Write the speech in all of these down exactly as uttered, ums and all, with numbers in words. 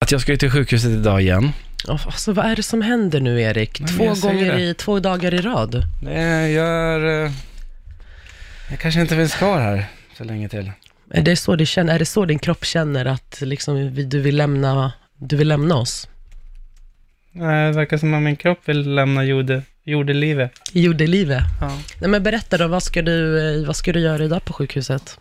Att jag ska till sjukhuset idag igen. Alltså, vad är det som händer nu, Erik? Nej, två gånger i två dagar i rad. Nej, jag gör... Uh, jag kanske inte finns kvar här så länge till. Är det så, det känner, är det så din kropp känner att liksom, du, vill lämna, du vill lämna oss? Nej, det verkar som att min kropp vill lämna jorde, jordelivet. Jordelivet? Ja. Nej, men berätta då, vad ska, du, vad ska du göra idag på sjukhuset?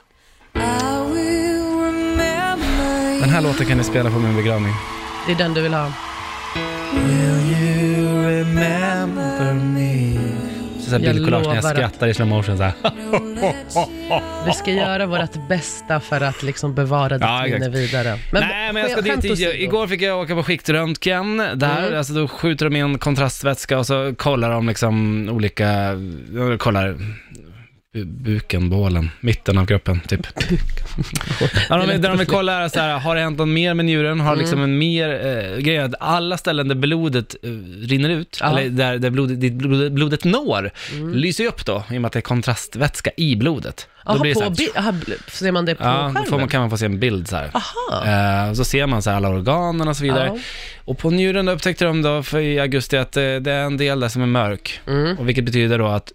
Den här låten kan ni spela på min begravning. Det är den du vill ha. Will you remember me? Så här bildkollage när jag skrattar i slow motion så här. Vi ska göra vårt bästa för att liksom bevara ditt ja, minne vidare. Men, Nej, men jag ska dit. I, igår fick jag åka på skiktröntgen där. Mm. Alltså då skjuter de in kontrastvätska och så kollar de liksom olika, kollar buken, bålen, mitten av kroppen typ. Ja, de, där de vill kolla så här, har det hänt något mer med njuren? Har mm. liksom en mer eh, grej att alla ställen där blodet eh, rinner ut, ja. eller där, där blodet, dit blodet, blodet når, mm. lyser upp då, i och med att det är kontrastvätska i blodet. Aha, då blir det på bi- aha, ser man det på ja, skärmen? Ja, då får man, kan man få se en bild så här. Eh, så ser man så här alla organen och så vidare. Ja. Och på njuren då upptäckte de då för i augusti att eh, det är en del där som är mörk. Mm. Och vilket betyder då att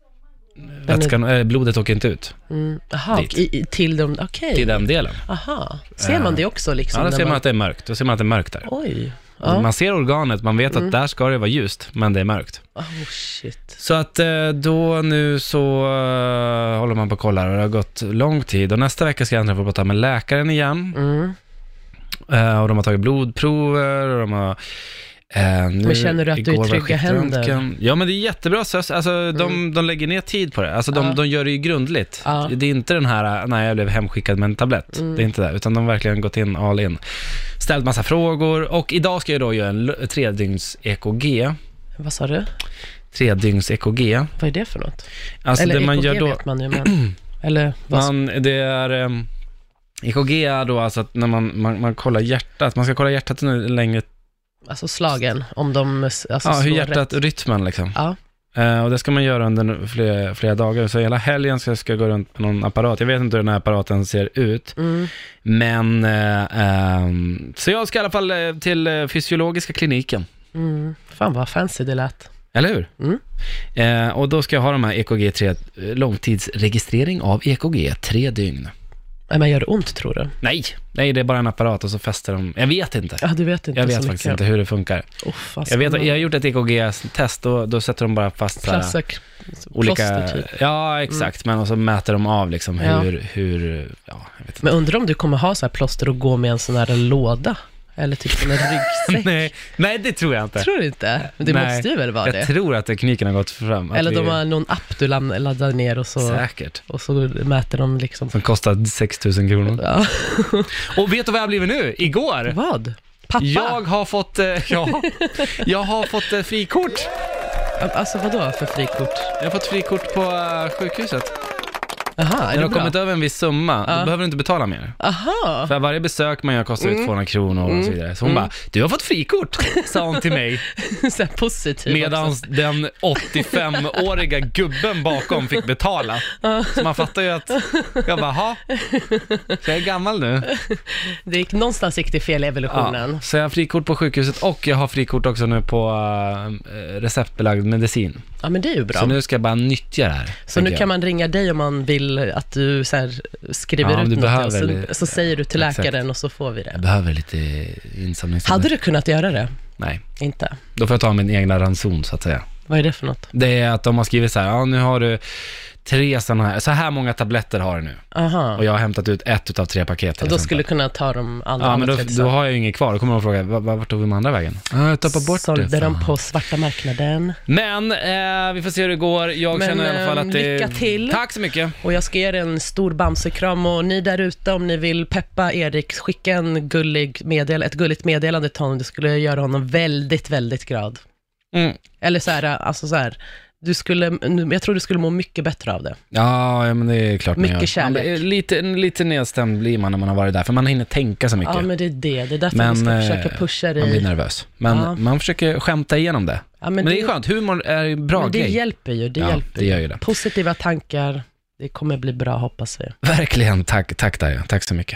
vätskan, äh, blodet åker inte ut. Mm. Aha, i, till, de, okay. till den delen. Aha. Ser man det också? Liksom, ja, då ser man man att det är mörkt. Då ser man att det är mörkt där. Oj. Ja. Man ser organet, man vet att mm. där ska det vara ljust, men det är mörkt. Oh, shit. Så att då nu så uh, håller man på och kollar och det har gått lång tid. Och nästa vecka ska jag få prata med läkaren igen. Mm. Uh, och de har tagit blodprover och de har... Uh, nu, men känner du att du är trygga händer? Ja, men det är jättebra. Alltså, mm. de, de lägger ner tid på det. Alltså, de, ja. de gör det ju grundligt. Ja. Det är inte den här, nej jag blev hemskickad med en tablett. Mm. Det är inte det, utan de har verkligen gått in all in. Ställt massa frågor. Och idag ska jag då göra en tredygns E K G. Vad sa du? Tredygns E K G. Vad är det för något? Alltså, eller det man E K G gör då, vet man ju, men... eller vad man, det är... Um, E K G är då alltså att när man, man, man kollar hjärtat. Man ska kolla hjärtat nu längre. Alltså slagen, om de alltså ja, hur hjärtat, rätt. rytmen liksom. Ja. Uh, och det ska man göra under flera, flera dagar. Så hela helgen ska jag ska gå runt med någon apparat. Jag vet inte hur den här apparaten ser ut. Mm. Men uh, um, så jag ska i alla fall till uh, fysiologiska kliniken. Mm. Fan vad fancy det lät. Eller hur? Mm. Uh, och då ska jag ha de här E K G tre, långtidsregistrering av E K G tre dygn. Men gör det ont, tror du? Nej, nej, det är bara en apparat och så fäster de. Jag vet inte. Ja, du vet inte. Jag vet faktiskt mycket. inte hur det funkar. Oh, jag vet jag har gjort ett E K G-test och då sätter de bara fast så här, olika typ. Ja, exakt, mm. men och så mäter de av liksom hur ja. hur ja, jag vet inte. Men undrar om du kommer ha så här plåster och gå med en sån här låda eller typ en ryggsäck. nej, nej, det tror jag inte. Tror du inte? Det nej, måste ju väl vara jag det. Jag tror att tekniken har gått fram. Eller vi... de har någon app du laddar ner och så. Säkert. Och så mäter de liksom. Som kostar sex tusen kronor. Ja. Och vet du vad jag blivit nu? Igår. Vad? Pappa? Jag har fått, ja, jag har fått frikort. Alltså vad då för frikort? Jag har fått frikort på sjukhuset. Aha, när du har kommit över en viss summa, ja. då behöver du inte betala mer. Aha. För varje besök man gör kostar mm. ut tvåhundra kronor och så vidare. Så hon mm. bara, du har fått frikort, sa hon till mig. Så positivt. Medan den åttiofemåriga gubben bakom fick betala. Så man fattar ju att, jag bara, ha, så jag är gammal nu. Det gick, någonstans gick det fel i evolutionen. Ja, så jag har frikort på sjukhuset och jag har frikort också nu på uh, receptbelagd medicin. Ja, men det är ju bra. Så nu ska jag bara nyttja det här. Så nu jag. kan man ringa dig om man vill att du så här, skriver ja, ut något och så, lite, så säger du till läkaren exakt. Och så får vi det. Jag behöver lite insamling. Hade du kunnat göra det? Nej. Inte? Då får jag ta min egna ranson så att säga. Vad är det för något? Det är att de har skrivit så här, ja nu har du tre sådana här, så här många tabletter har du nu. Aha. Och jag har hämtat ut ett utav tre paket. Och då skulle du kunna ta dem alla. Ja, men då, då har jag ju ingen kvar. Då kommer de fråga, vart tog vi med andra vägen? Ja, jag tappar bort Sålde det. Sålde de på svarta marknaden. Men eh, vi får se hur det går. Jag men, känner i alla fall att det... Lycka till. Tack så mycket. Och jag ska ge er en stor bamsekram. Och ni där ute, om ni vill peppa Erik, skicka en gullig meddel, ett gulligt meddelande till honom. Det skulle göra honom väldigt, väldigt glad. Mm. Eller så här, alltså så här... Du skulle, jag tror du skulle må mycket bättre av det. Ja, men det är klart. Mycket kärlek. Man, lite, lite nedstämd blir man när man har varit där. För man hinner tänka så mycket. Ja, men det är det. Det är därför men, vi ska försöka pusha dig. Man blir nervös. Men ja. man försöker skämta igenom det. Ja, men, men det, det är skönt. Humor är bra men det grej. Hjälper ju, det ja, hjälper det gör ju. ju det. Positiva tankar. Det kommer bli bra, hoppas vi. Verkligen. Tack, tack där. Tack så mycket.